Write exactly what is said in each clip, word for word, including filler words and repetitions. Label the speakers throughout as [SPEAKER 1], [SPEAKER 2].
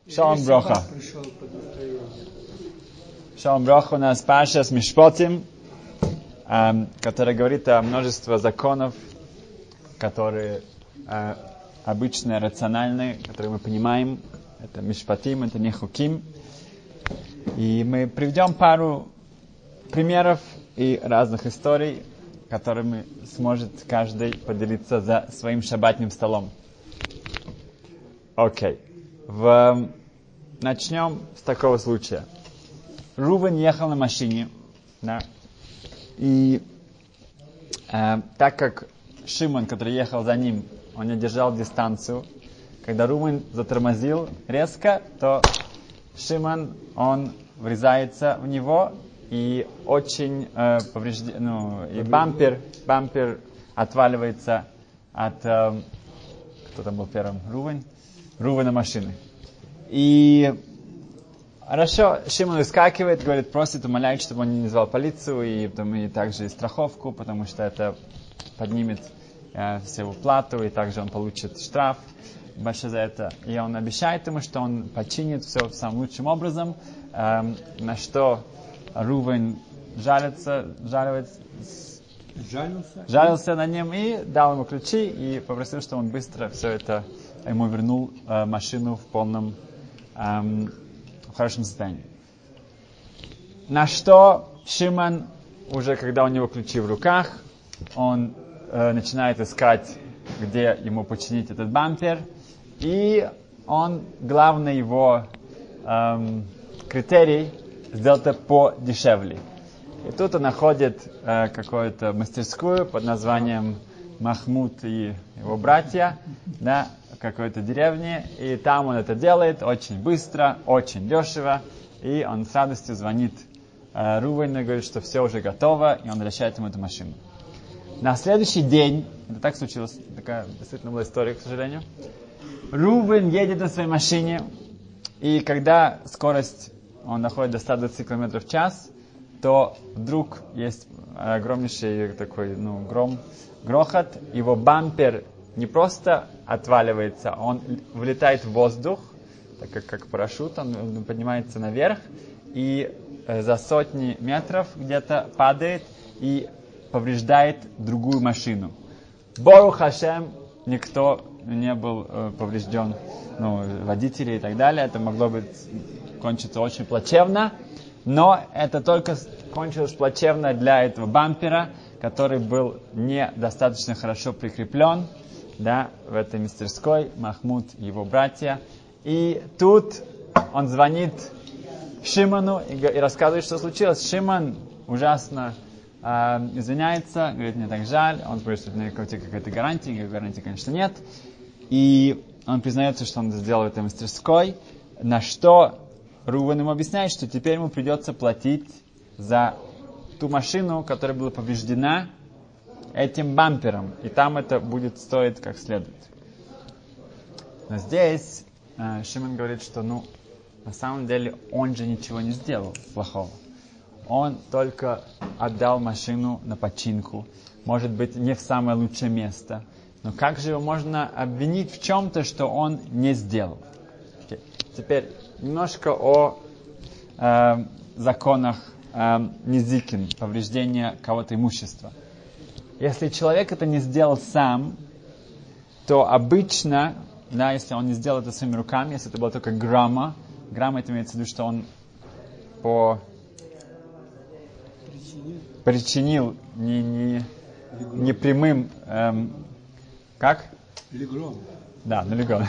[SPEAKER 1] Шалом броха. Шалом броха. У нас Паршас Мишпотим, э, который говорит о множестве законов, которые э, обычные, рациональные, которые мы понимаем. Это Мишпатим, это не Хуким. И мы приведем пару примеров и разных историй, которыми сможет каждый поделиться за своим шаббатным столом. Окей. В... Начнем с такого случая. Рувен ехал на машине, да, и э, так как Шимон, который ехал за ним, он не держал дистанцию, когда Рувен затормозил резко, то Шимон, он врезается в него, и очень э, поврежден, ну, и бампер, бампер отваливается от, э, кто там был первым, Рувен, Рувена машины. И хорошо, Шимон выскакивает, говорит, просит, умоляет, чтобы он не звал полицию, и, потом, и также и страховку, потому что это поднимет э, всю плату, и также он получит штраф большой за это. И он обещает ему, что он починит все самым лучшим образом, э, на что Рувен жалится, жалуется, жалился. жалился на нем и дал ему ключи, и попросил, что он быстро все это ему вернул э, машину в полном эм, в хорошем состоянии. На что Шимон, уже когда у него ключи в руках, он э, начинает искать, где ему починить этот бампер, и он, главный его эм, критерий, сделать это подешевле. И тут он находит э, какую-то мастерскую под названием Махмуд и его братья, да, в какой-то деревне, и там он это делает очень быстро, очень дешево, и он с радостью звонит э, Рувену и говорит, что все уже готово, и он возвращает ему эту машину. На следующий день, это так случилось, такая действительно была история, к сожалению, Рувен едет на своей машине, и когда скорость он находит до ста двадцати километров в час, то вдруг есть огромнейший такой, ну, гром, грохот, его бампер не просто отваливается, он влетает в воздух, так как, как парашют, он поднимается наверх, и за сотни метров где-то падает и повреждает другую машину. Борух Хашем, никто не был э, поврежден, ну, водители и так далее, это могло быть кончиться очень плачевно, но это только кончилось плачевно для этого бампера, который был недостаточно хорошо прикреплен, да, в этой мастерской, Махмуд и его братья. И тут он звонит Шимону и, и рассказывает, что случилось. Шимон ужасно э, извиняется, говорит, мне так жаль. Он спрашивает, что у тебя какая-то гарантия? Никакой гарантии, конечно, нет. И он признается, что он это сделал в этой мастерской, на что Рувен ему объясняет, что теперь ему придется платить за ту машину, которая была повреждена этим бампером. И там это будет стоить как следует. Но здесь э, Шимон говорит, что ну, на самом деле он же ничего не сделал плохого. Он только отдал машину на починку. Может быть, не в самое лучшее место. Но как же его можно обвинить в чем-то, что он не сделал? Okay. Теперь немножко о э, законах э, низикин, повреждения кого-то имущества. Если человек это не сделал сам, то обычно, да, если он не сделал это своими руками, если это была только грамма, грамма это имеется в виду, что он по причинил, причинил не, не, не прямым, эм, как?
[SPEAKER 2] Легром.
[SPEAKER 1] Да, ну легром.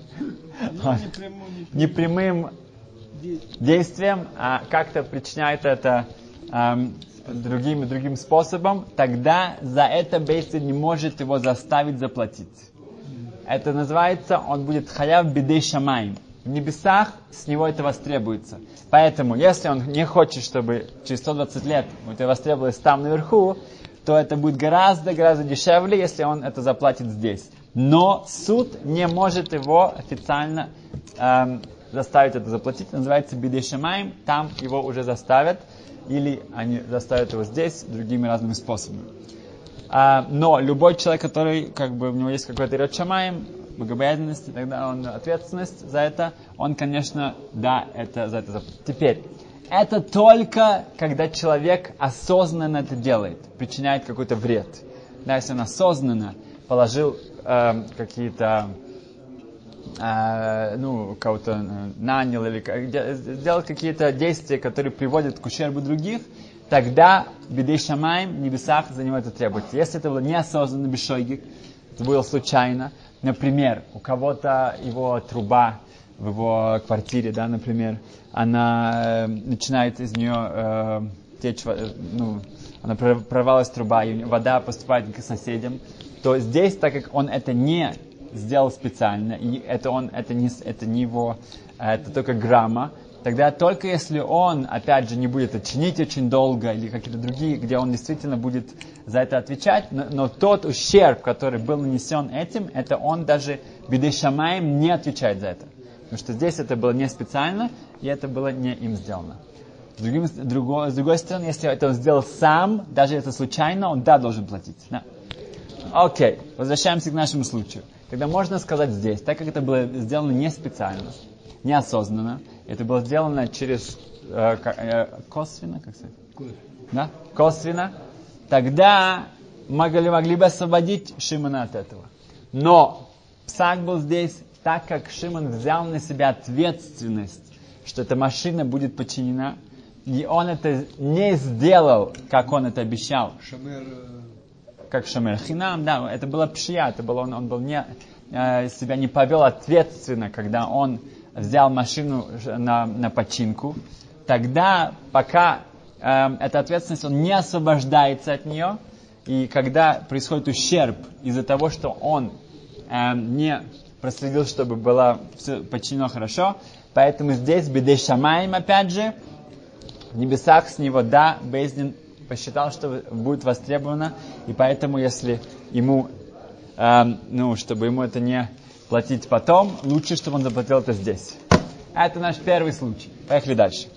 [SPEAKER 1] Не прямым действием, а как-то причиняет это эм, другим другим способом, тогда за это бейт не может его заставить заплатить. Это называется, он будет хаяв бидей шамаим. В небесах с него это востребуется. Поэтому, если он не хочет, чтобы через сто двадцать лет это востребовалось там наверху, то это будет гораздо-гораздо дешевле, если он это заплатит здесь. Но суд не может его официально эм, заставить это заплатить. Это называется бидей шамаим. Там его уже заставят. Или они заставят его здесь другими разными способами. А, но любой человек, который, как бы, у него есть какой-то ред шамаим, богобоязненности, тогда он ответственность за это, он, конечно, да, это за это заплатит. Теперь, это только, когда человек осознанно это делает, причиняет какой-то вред. Да, если он осознанно положил э, какие-то, э, ну, кого-то нанял или сделал какие-то действия, которые приводят к ущербу других, тогда бедей шамаим в небесах за него это требуется. Если это было неосознанно, бешойгик, это было случайно, например, у кого-то его труба в его квартире, да, например, она э, начинает из нее э, течь, э, ну, она прорвалась труба, и вода поступает к соседям, то здесь, так как он это не сделал специально, и это, он, это, не, это не его, это только грамма, тогда только если он, опять же, не будет это чинить очень долго, или какие-то другие, где он действительно будет за это отвечать, но, но тот ущерб, который был нанесен этим, это он даже бедей шамаим не отвечает за это. Потому что здесь это было не специально, и это было не им сделано. С, другим, с, другой, с другой стороны, если это он сделал сам, даже если это случайно, он да, должен платить. Да. Окей, возвращаемся к нашему случаю. Тогда можно сказать здесь, так как это было сделано не специально, неосознанно, это было сделано через э, э, косвенно, как сказать? Да? Косвенно, тогда могли, могли бы освободить Шимона от этого. Но псак был здесь, так как Шимон взял на себя ответственность, что эта машина будет подчинена, и он это не сделал, как он это обещал.
[SPEAKER 2] Шамер...
[SPEAKER 1] Как Шамер Хинам, да, это было пшия, это было, он, он был не, э, себя не повел ответственно, когда он взял машину на, на починку. Тогда, пока э, эта ответственность, он не освобождается от нее, и когда происходит ущерб из-за того, что он э, не проследил, чтобы было все подчинено хорошо. Поэтому здесь бедей шамаим, опять же, в небесах с него, да, Бейздин посчитал, что будет востребовано, и поэтому, если ему, э, ну, чтобы ему это не платить потом, лучше, чтобы он заплатил это здесь. Это наш первый случай. Поехали дальше.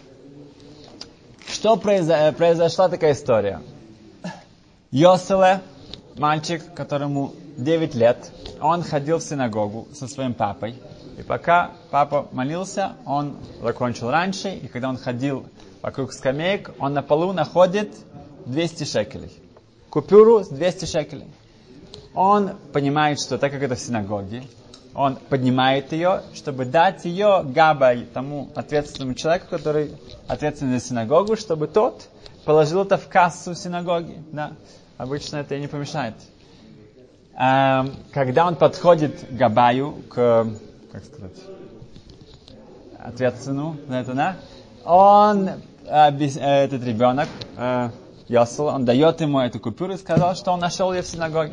[SPEAKER 1] Что произо- произошла такая история? Йоселе, мальчик, которому девять лет, он ходил в синагогу со своим папой. И пока папа молился, он закончил раньше. И когда он ходил вокруг скамеек, он на полу находит двести шекелей. Купюру с двести шекелей. Он понимает, что так как это в синагоге, он поднимает ее, чтобы дать ее габай, тому ответственному человеку, который ответственный за синагогу, чтобы тот положил это в кассу синагоги. Да. Обычно это и не помешает. Когда он подходит к габаю, к, как сказать, ответственному за это, да, он, этот ребенок, Йосел, он дает ему эту купюру и сказал, что он нашел ее в синагоге.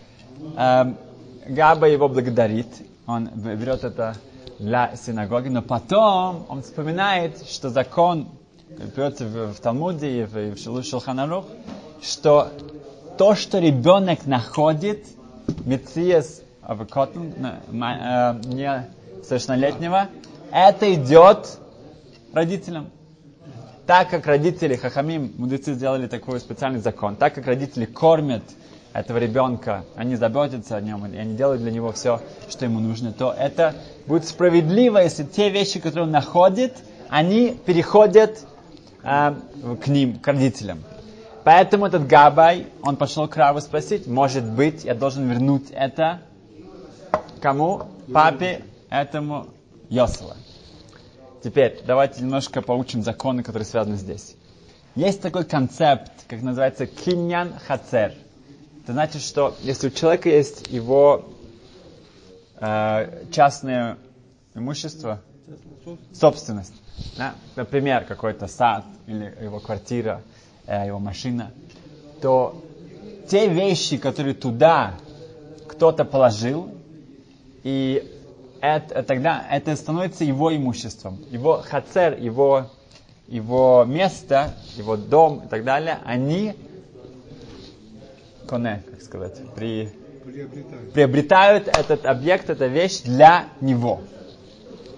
[SPEAKER 1] Габа его благодарит, он берет это для синагоги, но потом он вспоминает, что закон, берется в, в Талмуде и в, в Шулхан Арух, что то, что ребенок находит, Мециес Авакотн, несовершеннолетнего, это идет родителям. Так как родители, хахамим, мудрецы сделали такой специальный закон, так как родители кормят этого ребенка, они заботятся о нем, и они делают для него все, что ему нужно, то это будет справедливо, если те вещи, которые он находит, они переходят э, к ним, к родителям. Поэтому этот Габай, он пошел к Раву спросить, может быть, я должен вернуть это кому? Папе, этому Йоселу. Теперь, давайте немножко поучим законы, которые связаны здесь. Есть такой концепт, как называется киньян хацер. Это значит, что если у человека есть его э, частное имущество, собственность, да, например, какой-то сад или его квартира, э, его машина, то те вещи, которые туда кто-то положил, и это, тогда это становится его имуществом. Его хацер, его, его место, его дом и так далее, они коне, как сказать, при, приобретают. приобретают этот объект, эту вещь для него.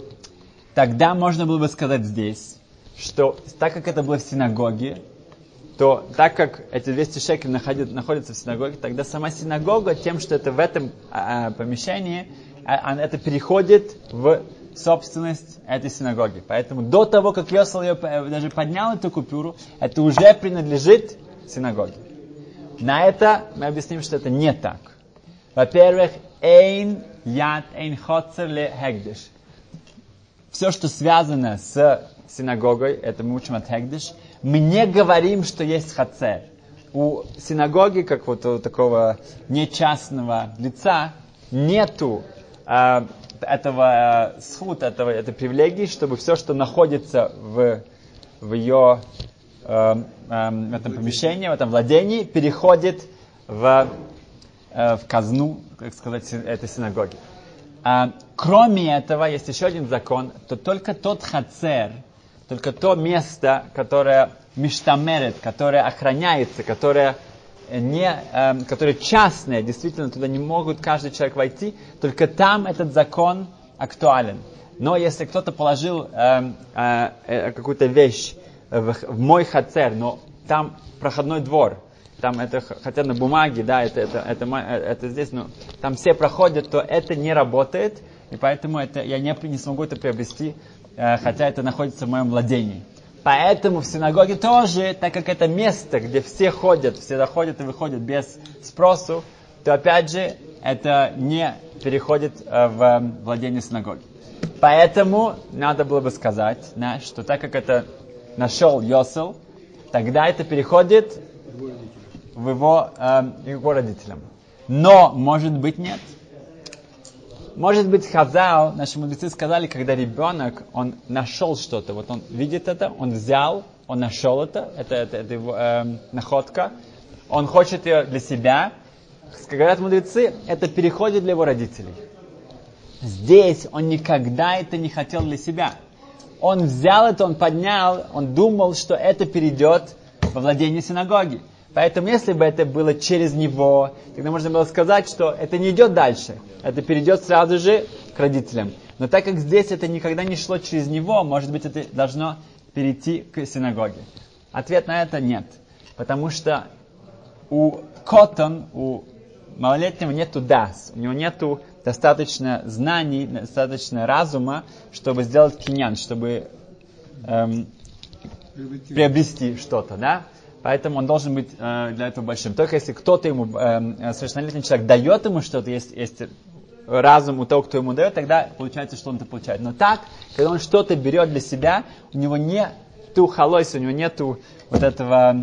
[SPEAKER 1] Тогда можно было бы сказать здесь, что так как это было в синагоге, то так как эти двести шекелей находят, находятся в синагоге, тогда сама синагога тем, что это в этом а, помещении, а, это переходит в собственность этой синагоги. Поэтому до того, как Йосел ее даже поднял эту купюру, это уже принадлежит синагоге. На это мы объясним, что это не так. Во-первых, эйн яд эйн хоцер ле хэгдиш. Все, что связано с синагогой, это мы учим от хэгдиш, мы не говорим, что есть хацер. У синагоги, как вот у такого нечастного лица, нету э, этого э, схуд, этого, этой привилегии, чтобы все, что находится в, в ее э, э, в этом помещении, в этом владении, переходит в, э, в казну, как сказать, этой синагоги. А, кроме этого, есть еще один закон, то только тот хацер, только то место, которое миштамерет, которое охраняется, которое, не, э, которое частное, действительно туда не могут каждый человек войти, только там этот закон актуален. Но если кто-то положил э, э, э, какую-то вещь в, в мой хацер, но там проходной двор, там это, хотя на бумаге, да, это, это, это, это, это здесь, но там все проходят, то это не работает, и поэтому это, я не, не смогу это приобрести, хотя это находится в моем владении. Поэтому в синагоге тоже, так как это место, где все ходят, все заходят и выходят без спросу, то опять же это не переходит в владение синагоги. Поэтому надо было бы сказать, да, что так как это нашел Йосел, тогда это переходит в его, э, его родителям. Но, может быть, нет. Может быть, Хазал, наши мудрецы сказали, когда ребенок, он нашел что-то, вот он видит это, он взял, он нашел это, это, это, это его э, находка, он хочет ее для себя, говорят мудрецы, это переходит для его родителей. Здесь он никогда это не хотел для себя. Он взял это, он поднял, он думал, что это перейдет во владение синагоги. Поэтому, если бы это было через него, тогда можно было сказать, что это не идет дальше. Это перейдет сразу же к родителям. Но так как здесь это никогда не шло через него, может быть, это должно перейти к синагоге. Ответ на это нет. Потому что у Котон, у малолетнего нету дас. У него нету достаточно знаний, достаточно разума, чтобы сделать киньян, чтобы эм, приобрести что-то, да? Поэтому он должен быть э, для этого большим. Только если кто-то ему, э, совершеннолетний человек, дает ему что-то, есть, есть разум у того, кто ему дает, тогда получается, что он это получает. Но так, когда он что-то берет для себя, у него нету халойса, у него нету вот этого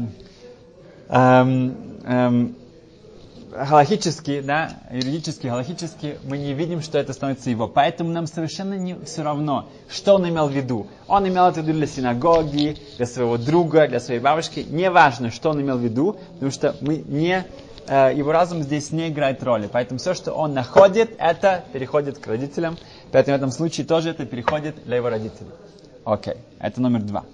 [SPEAKER 1] эм, эм, галахически, да, юридически, галахически, мы не видим, что это становится его. Поэтому нам совершенно не все равно, что он имел в виду. Он имел это в виду для синагоги, для своего друга, для своей бабушки. Не важно, что он имел в виду, потому что мы не, э, его разум здесь не играет роли. Поэтому все, что он находит, это переходит к родителям. Поэтому в этом случае тоже это переходит для его родителей. Окей, это номер два.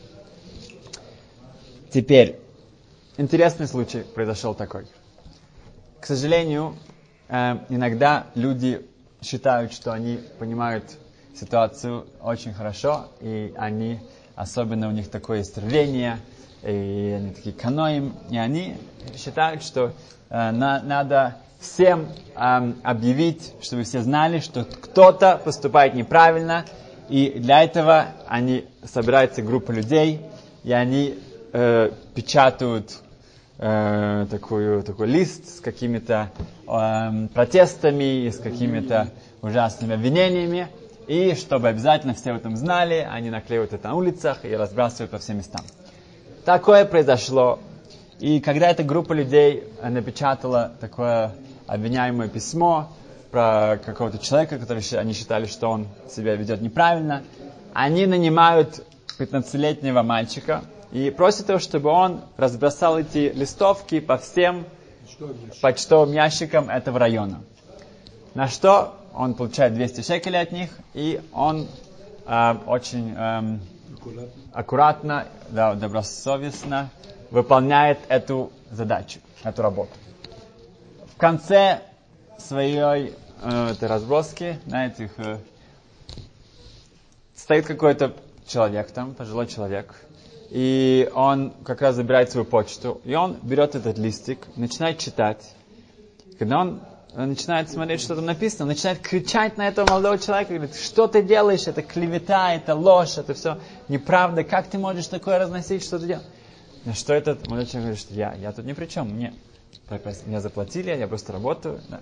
[SPEAKER 1] Теперь, интересный случай произошел такой. К сожалению, э, иногда люди считают, что они понимают ситуацию очень хорошо, и они, особенно у них такое есть рвение, и они такие каноим, и они считают, что э, на, надо всем э, объявить, чтобы все знали, что кто-то поступает неправильно, и для этого они собираются группа людей, и они э, печатают Э, такую, такой лист с какими-то э, протестами, с какими-то ужасными обвинениями. И чтобы обязательно все об этом знали, они наклеивают это на улицах и разбрасывают по всем местам. Такое произошло. И когда эта группа людей напечатала такое обвиняемое письмо про какого-то человека, который они считали, что он себя ведет неправильно, они нанимают пятнадцатилетнего мальчика, и просит его, чтобы он разбросал эти листовки по всем почтовым ящикам этого района. На что он получает двести шекелей от них, и он э, очень э, аккуратно, да, добросовестно выполняет эту задачу, эту работу. В конце своей э, этой разброски, на этих, э, стоит какой-то человек там, пожилой человек, и он как раз забирает свою почту, и он берет этот листик, начинает читать. Когда он начинает смотреть, что там написано, он начинает кричать на этого молодого человека, говорит, что ты делаешь, это клевета, это ложь, это все неправда, как ты можешь такое разносить, что ты делаешь? На что этот молодой человек говорит, что я, я тут ни при чем, мне, мне заплатили, я просто работаю. Да.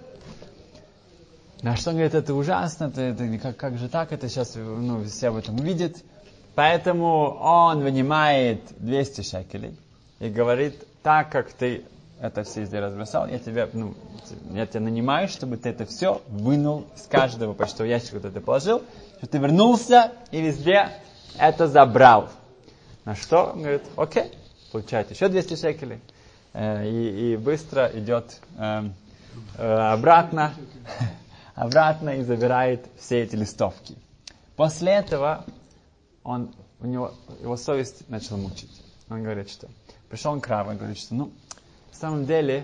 [SPEAKER 1] На что он говорит, это ужасно, это, это, как, как же так, это сейчас ну, все об этом увидят. Поэтому он вынимает двести шекелей и говорит, так как ты это все везде разбросал, я тебя, ну, я тебя нанимаю, чтобы ты это все вынул из каждого почтового ящика, куда ты положил, чтобы ты вернулся и везде это забрал. На что он говорит, окей, получает еще двести шекелей э, и, и быстро идет э, э, обратно, обратно и забирает все эти листовки. После этого он, у него, его совесть начала мучить. Он говорит, что пришел он к Раву, он говорит, что ну, на самом деле,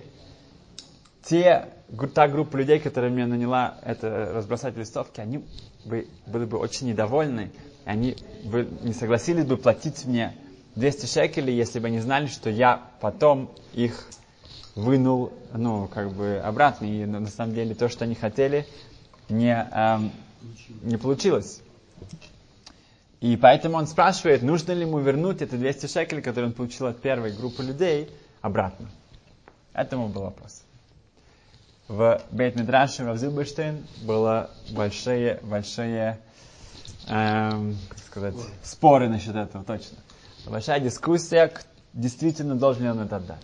[SPEAKER 1] те, та группа людей, которая меня наняла это разбросать листовки, они бы, были бы очень недовольны, они бы не согласились бы платить мне двести шекелей, если бы они знали, что я потом их вынул, ну, как бы обратно. И на самом деле то, что они хотели, не, эм, не получилось. И поэтому он спрашивает, нужно ли ему вернуть эти двести шекелей, которые он получил от первой группы людей, обратно. Этому был вопрос. В Бейт-Мидраше, в Зильберштейн было большие, большие, эм, как сказать, споры насчет этого, точно. Большая дискуссия, действительно должен ли он это отдать.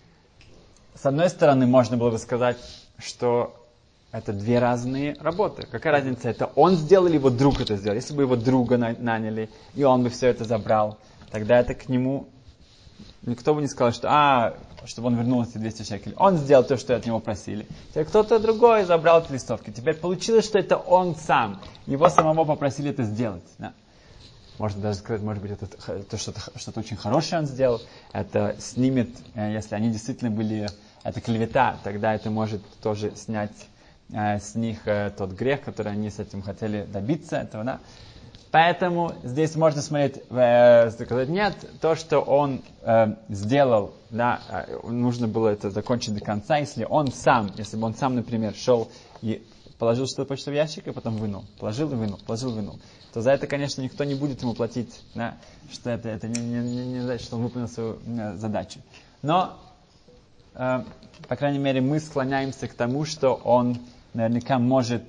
[SPEAKER 1] С одной стороны, можно было бы сказать, что это две разные работы. Какая разница, это он сделал или его друг это сделал? Если бы его друга наняли, и он бы все это забрал, тогда это к нему... Никто бы не сказал, что, а, чтобы он вернул эти двести шекелей. Он сделал то, что от него просили. Теперь кто-то другой забрал эти листовки. Теперь получилось, что это он сам. Его самого попросили это сделать. Да. Можно даже сказать, может быть, это, это что-то, что-то очень хорошее он сделал. Это снимет, если они действительно были, это клевета, тогда это может тоже снять э, с них э, тот грех, который они с этим хотели добиться этого, да. Поэтому здесь можно смотреть, э, сказать, нет, то, что он э, сделал, да, э, нужно было это закончить до конца, если он сам, если бы он сам, например, шел и положил что-то в почтовый ящик, и потом вынул, положил и вынул, положил и вынул, то за это, конечно, никто не будет ему платить, да, что это, это не, не, не, не значит, что он выполнил свою э, задачу. Но, э, по крайней мере, мы склоняемся к тому, что он наверняка может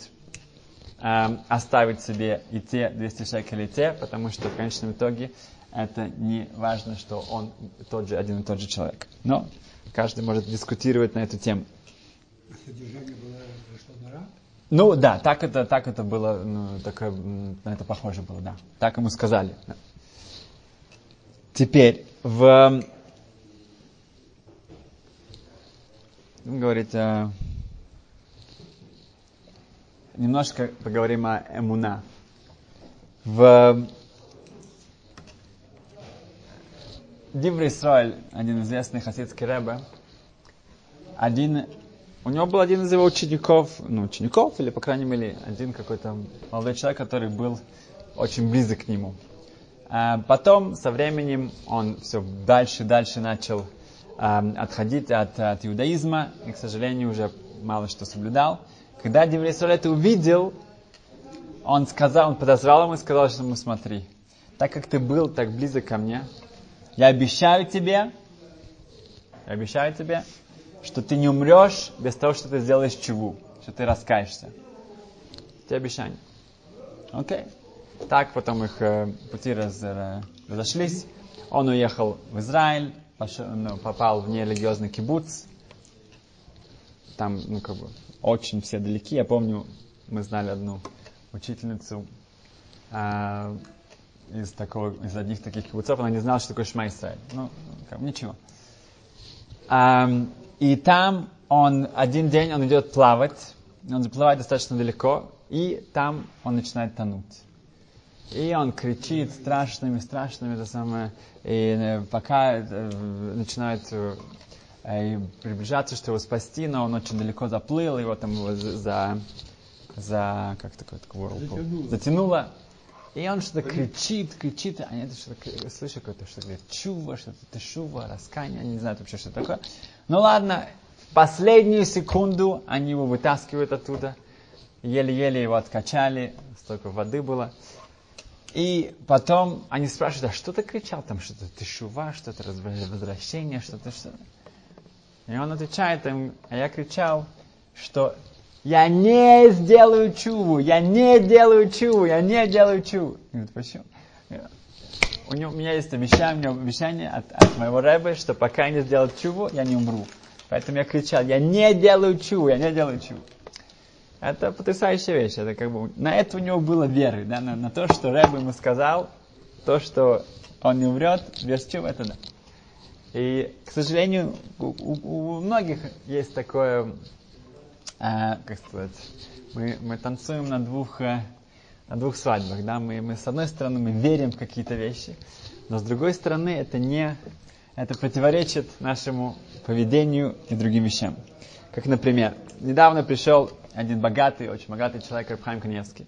[SPEAKER 1] оставить себе и те двести шекелей, и те, потому что в конечном итоге это не важно, что он тот же, один и тот же человек. Но каждый может дискутировать на эту тему.
[SPEAKER 2] Содержание было что, нора?
[SPEAKER 1] Ну да, так это, так это было, ну, такое, на это похоже было, да. Так ему сказали. Да. Теперь, в... Говорить о... Немножко поговорим о эмуна. В Диврей Исраэль, один известный хасидский ребе, один, у него был один из его учеников, ну, учеников, или, по крайней мере, один какой-то молодой человек, который был очень близок к нему. А потом, со временем, он все дальше и дальше начал а, отходить от, от иудаизма, и, к сожалению, уже мало что соблюдал. Когда Диврей Исраэль это увидел, он сказал, он подозвал ему и сказал, что ему смотри, так как ты был так близок ко мне, я обещаю тебе, я обещаю тебе, что ты не умрешь без того, что ты сделаешь чуву, что ты раскаешься. Это обещание. Окей. Так потом их э, пути раз, э, разошлись. Он уехал в Израиль, пошел, ну, попал в нерелигиозный кибуц. Там, ну, как бы, очень все далеки. Я помню, мы знали одну учительницу э, из такого, из одних таких кибуцов. Она не знала, что такое Шма Исраэль. Ну, как, ничего. Э, и там он один день он идет плавать. Он заплывает достаточно далеко, и там он начинает тонуть. И он кричит страшными, страшными, это самое, и пока э, начинает э, приближаться, что его спасти, но он очень далеко заплыл, его там его за, за как такое, такое, затянуло. затянуло. И он что-то кричит, кричит, а они что-то слышу какое-то, что говорит, чува, что-то тешува, раскаяние, они не знают вообще, что такое. Ну ладно, в последнюю секунду они его вытаскивают оттуда, еле-еле его откачали, столько воды было. И потом они спрашивают, а что ты кричал там, что-то тешува, что-то возвращение, что-то, что-то. И он отвечает им, а я кричал, что я не сделаю чуву, я не делаю чуву, я не делаю чуву. Говорит, почему? У, него, у меня есть обещание, у меня обещание от, от моего рэбби, что пока я не сделаю чуву, я не умру. Поэтому я кричал, я не делаю чуву, я не делаю чуву. Это потрясающая вещь. Это как бы, на это у него было веры, да, на, на то, что рэбби ему сказал, то, что он не умрет, без чуву, это да. И, к сожалению, у, у, у многих есть такое... А, как сказать, мы, мы танцуем на двух, на двух свадьбах, да, мы, мы с одной стороны мы верим в какие-то вещи, но с другой стороны это не, это противоречит нашему поведению и другим вещам. Как, например, недавно пришел один богатый, очень богатый человек, Реб Хаим Каневский,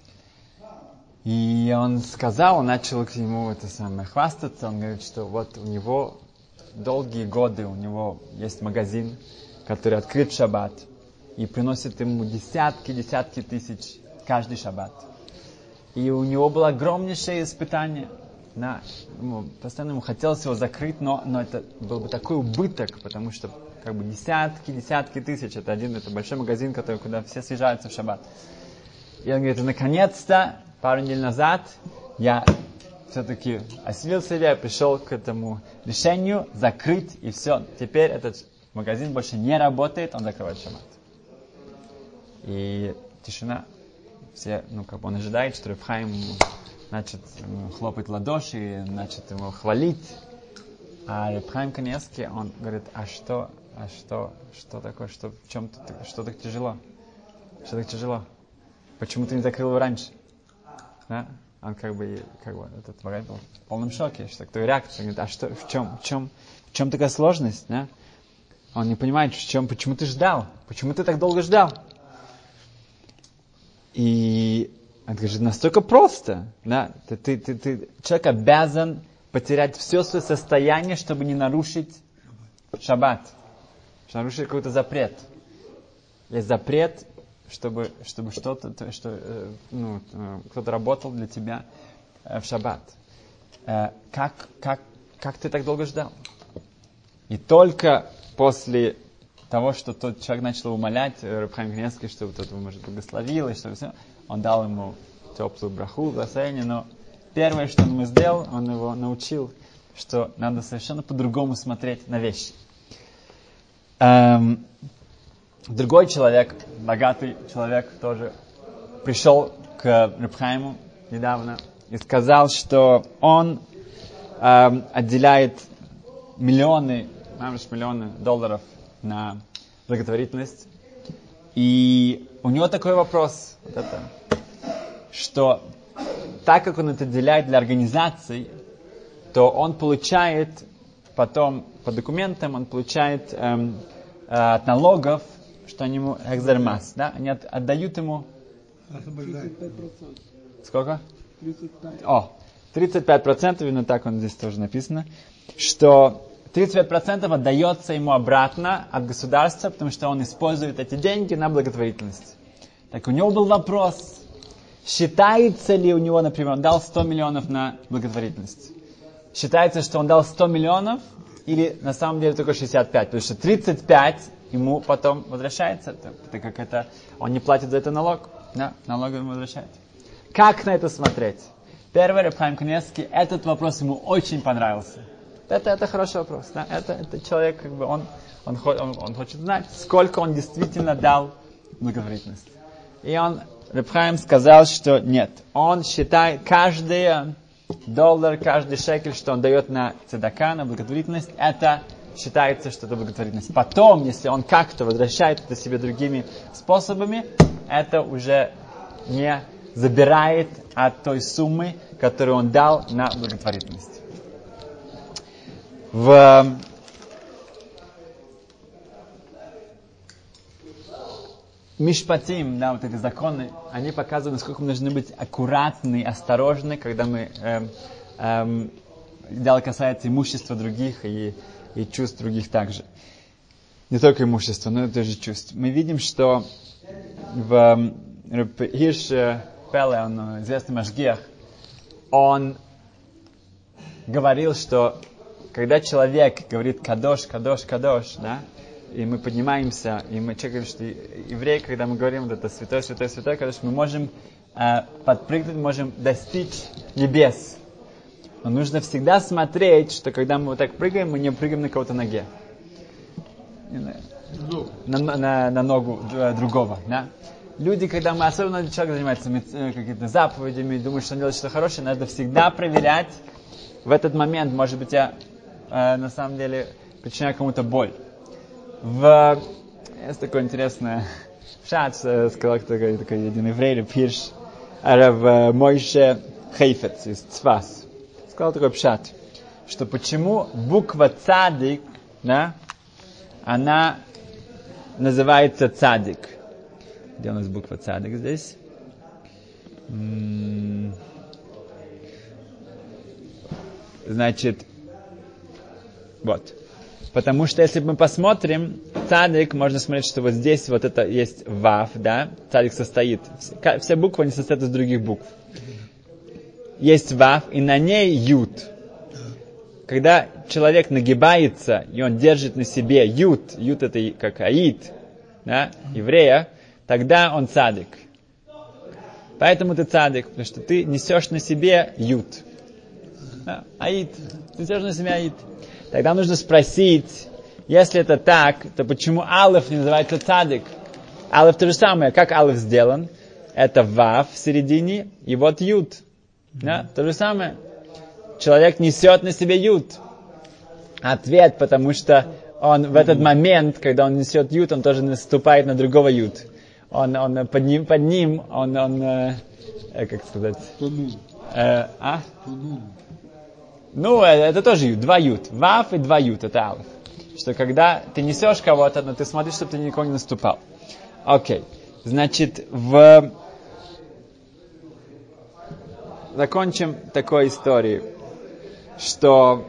[SPEAKER 1] и он сказал, он начал к нему это самое хвастаться, он говорит, что вот у него долгие годы, у него есть магазин, который открыт в шаббат, и приносит ему десятки-десятки тысяч каждый шаббат. И у него было огромнейшее испытание. Да, ему, постоянно ему хотелось его закрыть, но, но это был бы такой убыток, потому что как бы десятки-десятки тысяч, это один, это большой магазин, который, куда все съезжаются в шаббат. И он говорит, наконец-то, пару недель назад, я все-таки осилил себя, пришел к этому решению закрыть, и все. Теперь этот магазин больше не работает, он закрывает шаббат. И тишина. Все, ну, как бы он ожидает, что Реб Хаим начнет хлопать в ладоши, начнет его хвалить. А Реб Хаим Каневский, он говорит, а что, а что, что такое, что, в чем тут, что так тяжело? Что так тяжело? Почему ты не закрыл его раньше? Да? Он как бы, как бы, этот богат был в полном шоке, что такая реакция. Он говорит, а что, в чем, в чем, в чем такая сложность, да? Он не понимает, в чем, почему ты ждал, почему ты так долго ждал? И это же настолько просто, да? Ты, ты, ты, ты, человек обязан потерять все свое состояние, чтобы не нарушить шаббат, чтобы нарушить какой-то запрет. Есть запрет, чтобы, чтобы что-то, что, ну, кто-то работал для тебя в шаббат. Как, как, как ты так долго ждал? И только после того, что тот человек начал умолять Реб Хаим Каневский, чтобы тот его, может, благословил, и что все, он дал ему теплую браху, благословение, но первое, что он ему сделал, он его научил, что надо совершенно по-другому смотреть на вещи. Эм, другой человек, богатый человек, тоже пришел к Реб Хаиму недавно и сказал, что он эм, отделяет миллионы, миллионы долларов на благотворительность. И у него такой вопрос, вот это, что так как он это отделяет для организаций, то он получает потом по документам, он получает эм, э, от налогов, что они ему экзермас, да, они от, отдают ему
[SPEAKER 2] Освобождает.
[SPEAKER 1] сколько? тридцать пять. О, тридцать пять процентов, именно так он здесь тоже написано, что тридцать пять процентов отдается ему обратно от государства, потому что он использует эти деньги на благотворительность. Так у него был вопрос, считается ли у него, например, он дал сто миллионов на благотворительность. Считается, что он дал сто миллионов или на самом деле только шестьдесят пять, потому что тридцать пять ему потом возвращается, так как это, он не платит за это налог, да, налог ему возвращается. Как на это смотреть? Первый, Реб Хаим Каневский, этот вопрос ему очень понравился. Это, это хороший вопрос. Да? Это, это человек, как бы, он, он, он, он хочет знать, сколько он действительно дал благотворительности. И он, Реб Хаим, сказал, что нет. Он считает каждый доллар, каждый шекель, что он дает на цедака, на благотворительность, это считается, что это благотворительность. Потом, если он как-то возвращает это себе другими способами, это уже не забирает от той суммы, которую он дал на благотворительность. В Мишпатим, да, вот эти законы, они показывают, насколько мы должны быть аккуратны, осторожны, когда мы, эм, эм, дело касается имущества других и, и чувств других также. Не только имущества, но и тоже чувств. Мы видим, что в Хирш Пеле, он известный Машгиах, он говорил, что когда человек говорит «кадош, кадош, кадош», да, и мы поднимаемся, и мы человек говорит, что еврей, когда мы говорим вот это святой, святой, святой, кадош, мы можем э, подпрыгнуть, можем достичь небес. Но нужно всегда смотреть, что когда мы вот так прыгаем, мы не прыгаем на кого-то ноге. На, на, на ногу другого, да. Люди, когда мы, особенно человек занимается какими-то заповедями, думают, что он делает что-то хорошее, надо всегда проверять в этот момент, может быть, я э, на самом деле причиняю кому-то боль. В... Есть такое интересное пшат, сказал такой, такой один еврей, Пирш, в Мойше Хейфец из Цфас. Сказал такой пшат, что почему буква цадик, да, она называется цадик. Где у нас буква цадик здесь? М-м- Значит, вот. Потому что если мы посмотрим, цадик, можно смотреть, что вот здесь вот это есть вав, да? Цадик состоит. Все, все буквы, они состоят из других букв. Есть вав, и на ней ют. Когда человек нагибается, и он держит на себе ют, ют это как аид, да, еврея, тогда он цадик. Поэтому ты цадик, потому что ты несешь на себе ют. Да, аид. Ты несешь на себе аид. Тогда нужно спросить, если это так, то почему алеф не называется цадик? Алеф то же самое. Как алеф сделан? Это вав в середине, и вот ют. Да, то же самое. Человек несет на себе ют. Ответ, потому что он в этот момент, когда он несет ют, он тоже наступает на другого ют. Он, он под ним, под ним, он, он э, как сказать? Э, а? Ну, это тоже ют, два ют. Вав и два ют, это алеф. Что когда ты несешь кого-то, но ты смотришь, чтобы ты никого не наступал. Окей. Значит, в... Закончим такой историей, что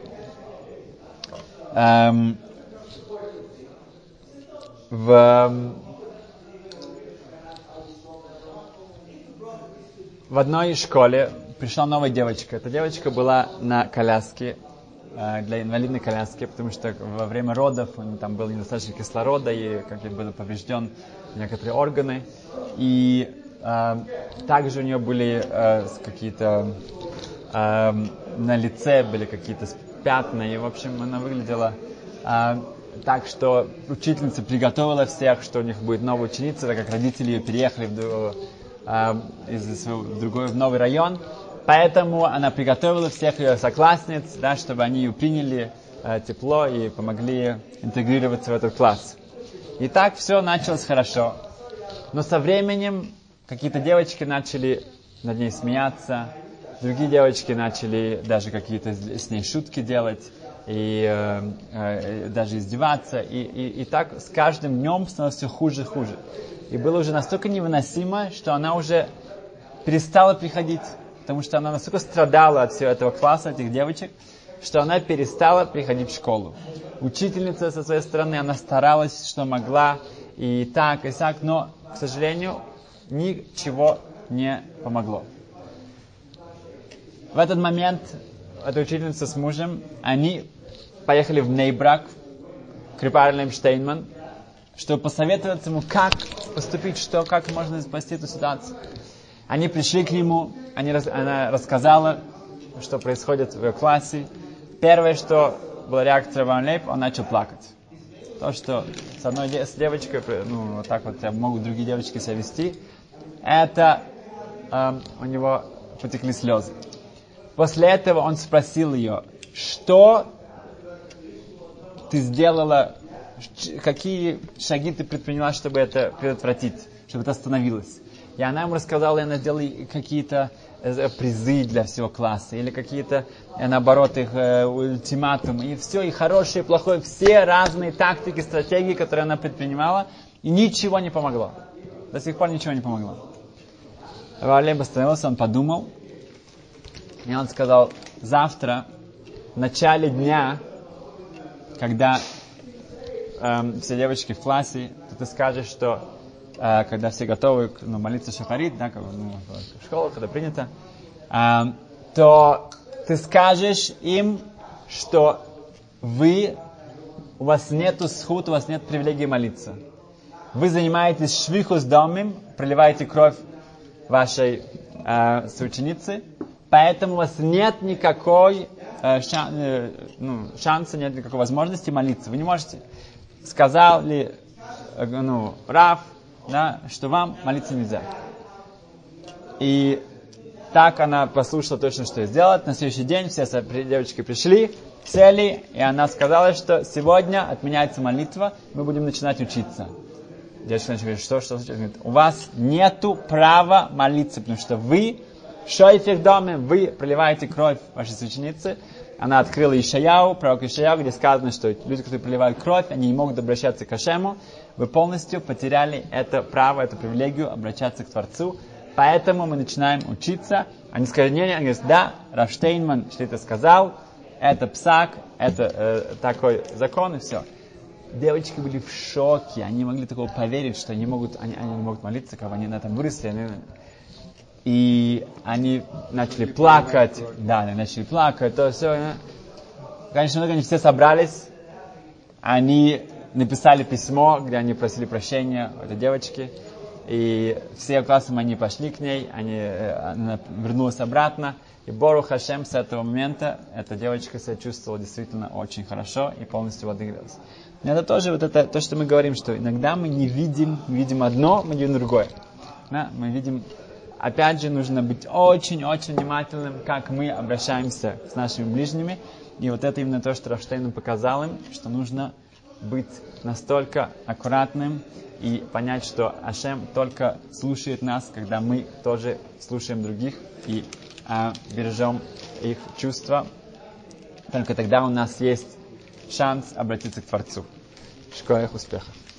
[SPEAKER 1] эм, в, в одной школе пришла новая девочка. Эта девочка была на коляске, э, для инвалидной коляски, потому что во время родов там было недостаточно кислорода и как-то были повреждены некоторые органы. И э, также у нее были э, какие-то э, на лице были какие-то пятна, и в общем она выглядела э, так, что учительница приготовила всех, что у них будет новая ученица, так как родители ее переехали в, э, из своего, в другой, в новый район. Поэтому она приготовила всех ее соклассниц, да, чтобы они ее приняли э, тепло и помогли интегрироваться в этот класс. И так все началось хорошо. Но со временем какие-то девочки начали над ней смеяться, другие девочки начали даже какие-то с ней шутки делать и э, э, даже издеваться. И, и, и так с каждым днем становилось все хуже и хуже. И было уже настолько невыносимо, что она уже перестала приходить. Потому что она настолько страдала от всего этого класса, этих девочек, что она перестала приходить в школу. Учительница со своей стороны, она старалась, что могла, и так, и так, но, к сожалению, ничего не помогло. В этот момент эта учительница с мужем, они поехали в Нейбрак, к Репарлем Штейнман, чтобы посоветоваться ему, как поступить, что, как можно спасти эту ситуацию. Они пришли к нему, они, она рассказала, что происходит в ее классе. Первое, что была реакция Ван Лейб, он начал плакать. То, что с одной с девочкой, ну, вот так вот могут другие девочки себя вести, это э, у него потекли слезы. После этого он спросил ее, что ты сделала, какие шаги ты предприняла, чтобы это предотвратить, чтобы это остановилось. И она ему рассказала, и она сделала какие-то э, призы для всего класса, или какие-то, э, наоборот, их э, ультиматумы, и все, и хорошее, и плохое, все разные тактики, стратегии, которые она предпринимала, и ничего не помогло. До сих пор ничего не помогло. Равлеб остановился, он подумал, и он сказал, завтра, в начале дня, когда эм, все девочки в классе, то ты скажешь, что э, когда все готовы ну, молиться шахарит, да, как ну, в школах, когда принято, э, то ты скажешь им, что вы, у вас нету схут, у вас нет привилегии молиться. Вы занимаетесь швихус домим, проливаете кровь вашей э, соученицы, поэтому у вас нет никакой э, шан, э, ну, шанса, нет никакой возможности молиться. Вы не можете. Сказал ли э, ну, Рав, да, что вам молиться нельзя. И так она послушала точно, что сделать. На следующий день все девочки пришли, сели, и она сказала, что сегодня отменяется молитва, мы будем начинать учиться. Девочка начала говорить, что, что случилось? Говорит, у вас нету права молиться, потому что вы, шойфер доме, вы проливаете кровь вашей соученицы. Она открыла Ишаяу, пророк Ишаяу, где сказано, что люди, которые проливают кровь, они не могут обращаться к Ашему. Вы полностью потеряли это право, эту привилегию обращаться к Творцу. Поэтому мы начинаем учиться. Они сказали, нет, нет, они говорят, да, Рав Штейнман что-то сказал, это псак, это э, такой закон и все. Девочки были в шоке, они могли такого поверить, что они, могут, они, они не могут молиться, как они на этом выросли. Они, и они начали плакать, да, они начали плакать, то все. Конечно, когда они все собрались, они написали письмо, где они просили прощения у этой девочки. И все классом они пошли к ней, они, она вернулась обратно. И Борух Хашем с этого момента эта девочка себя чувствовала действительно очень хорошо и полностью воодушевилась. Это тоже вот это, то, что мы говорим, что иногда мы не видим, видим одно, мы видим другое. Да? Мы видим, опять же, нужно быть очень-очень внимательным, как мы обращаемся с нашими ближними. И вот это именно то, что Рав Штейн показал им, что нужно быть настолько аккуратным и понять, что Ашем только слушает нас, когда мы тоже слушаем других и а, бережем их чувства. Только тогда у нас есть шанс обратиться к Творцу. Школа успехов.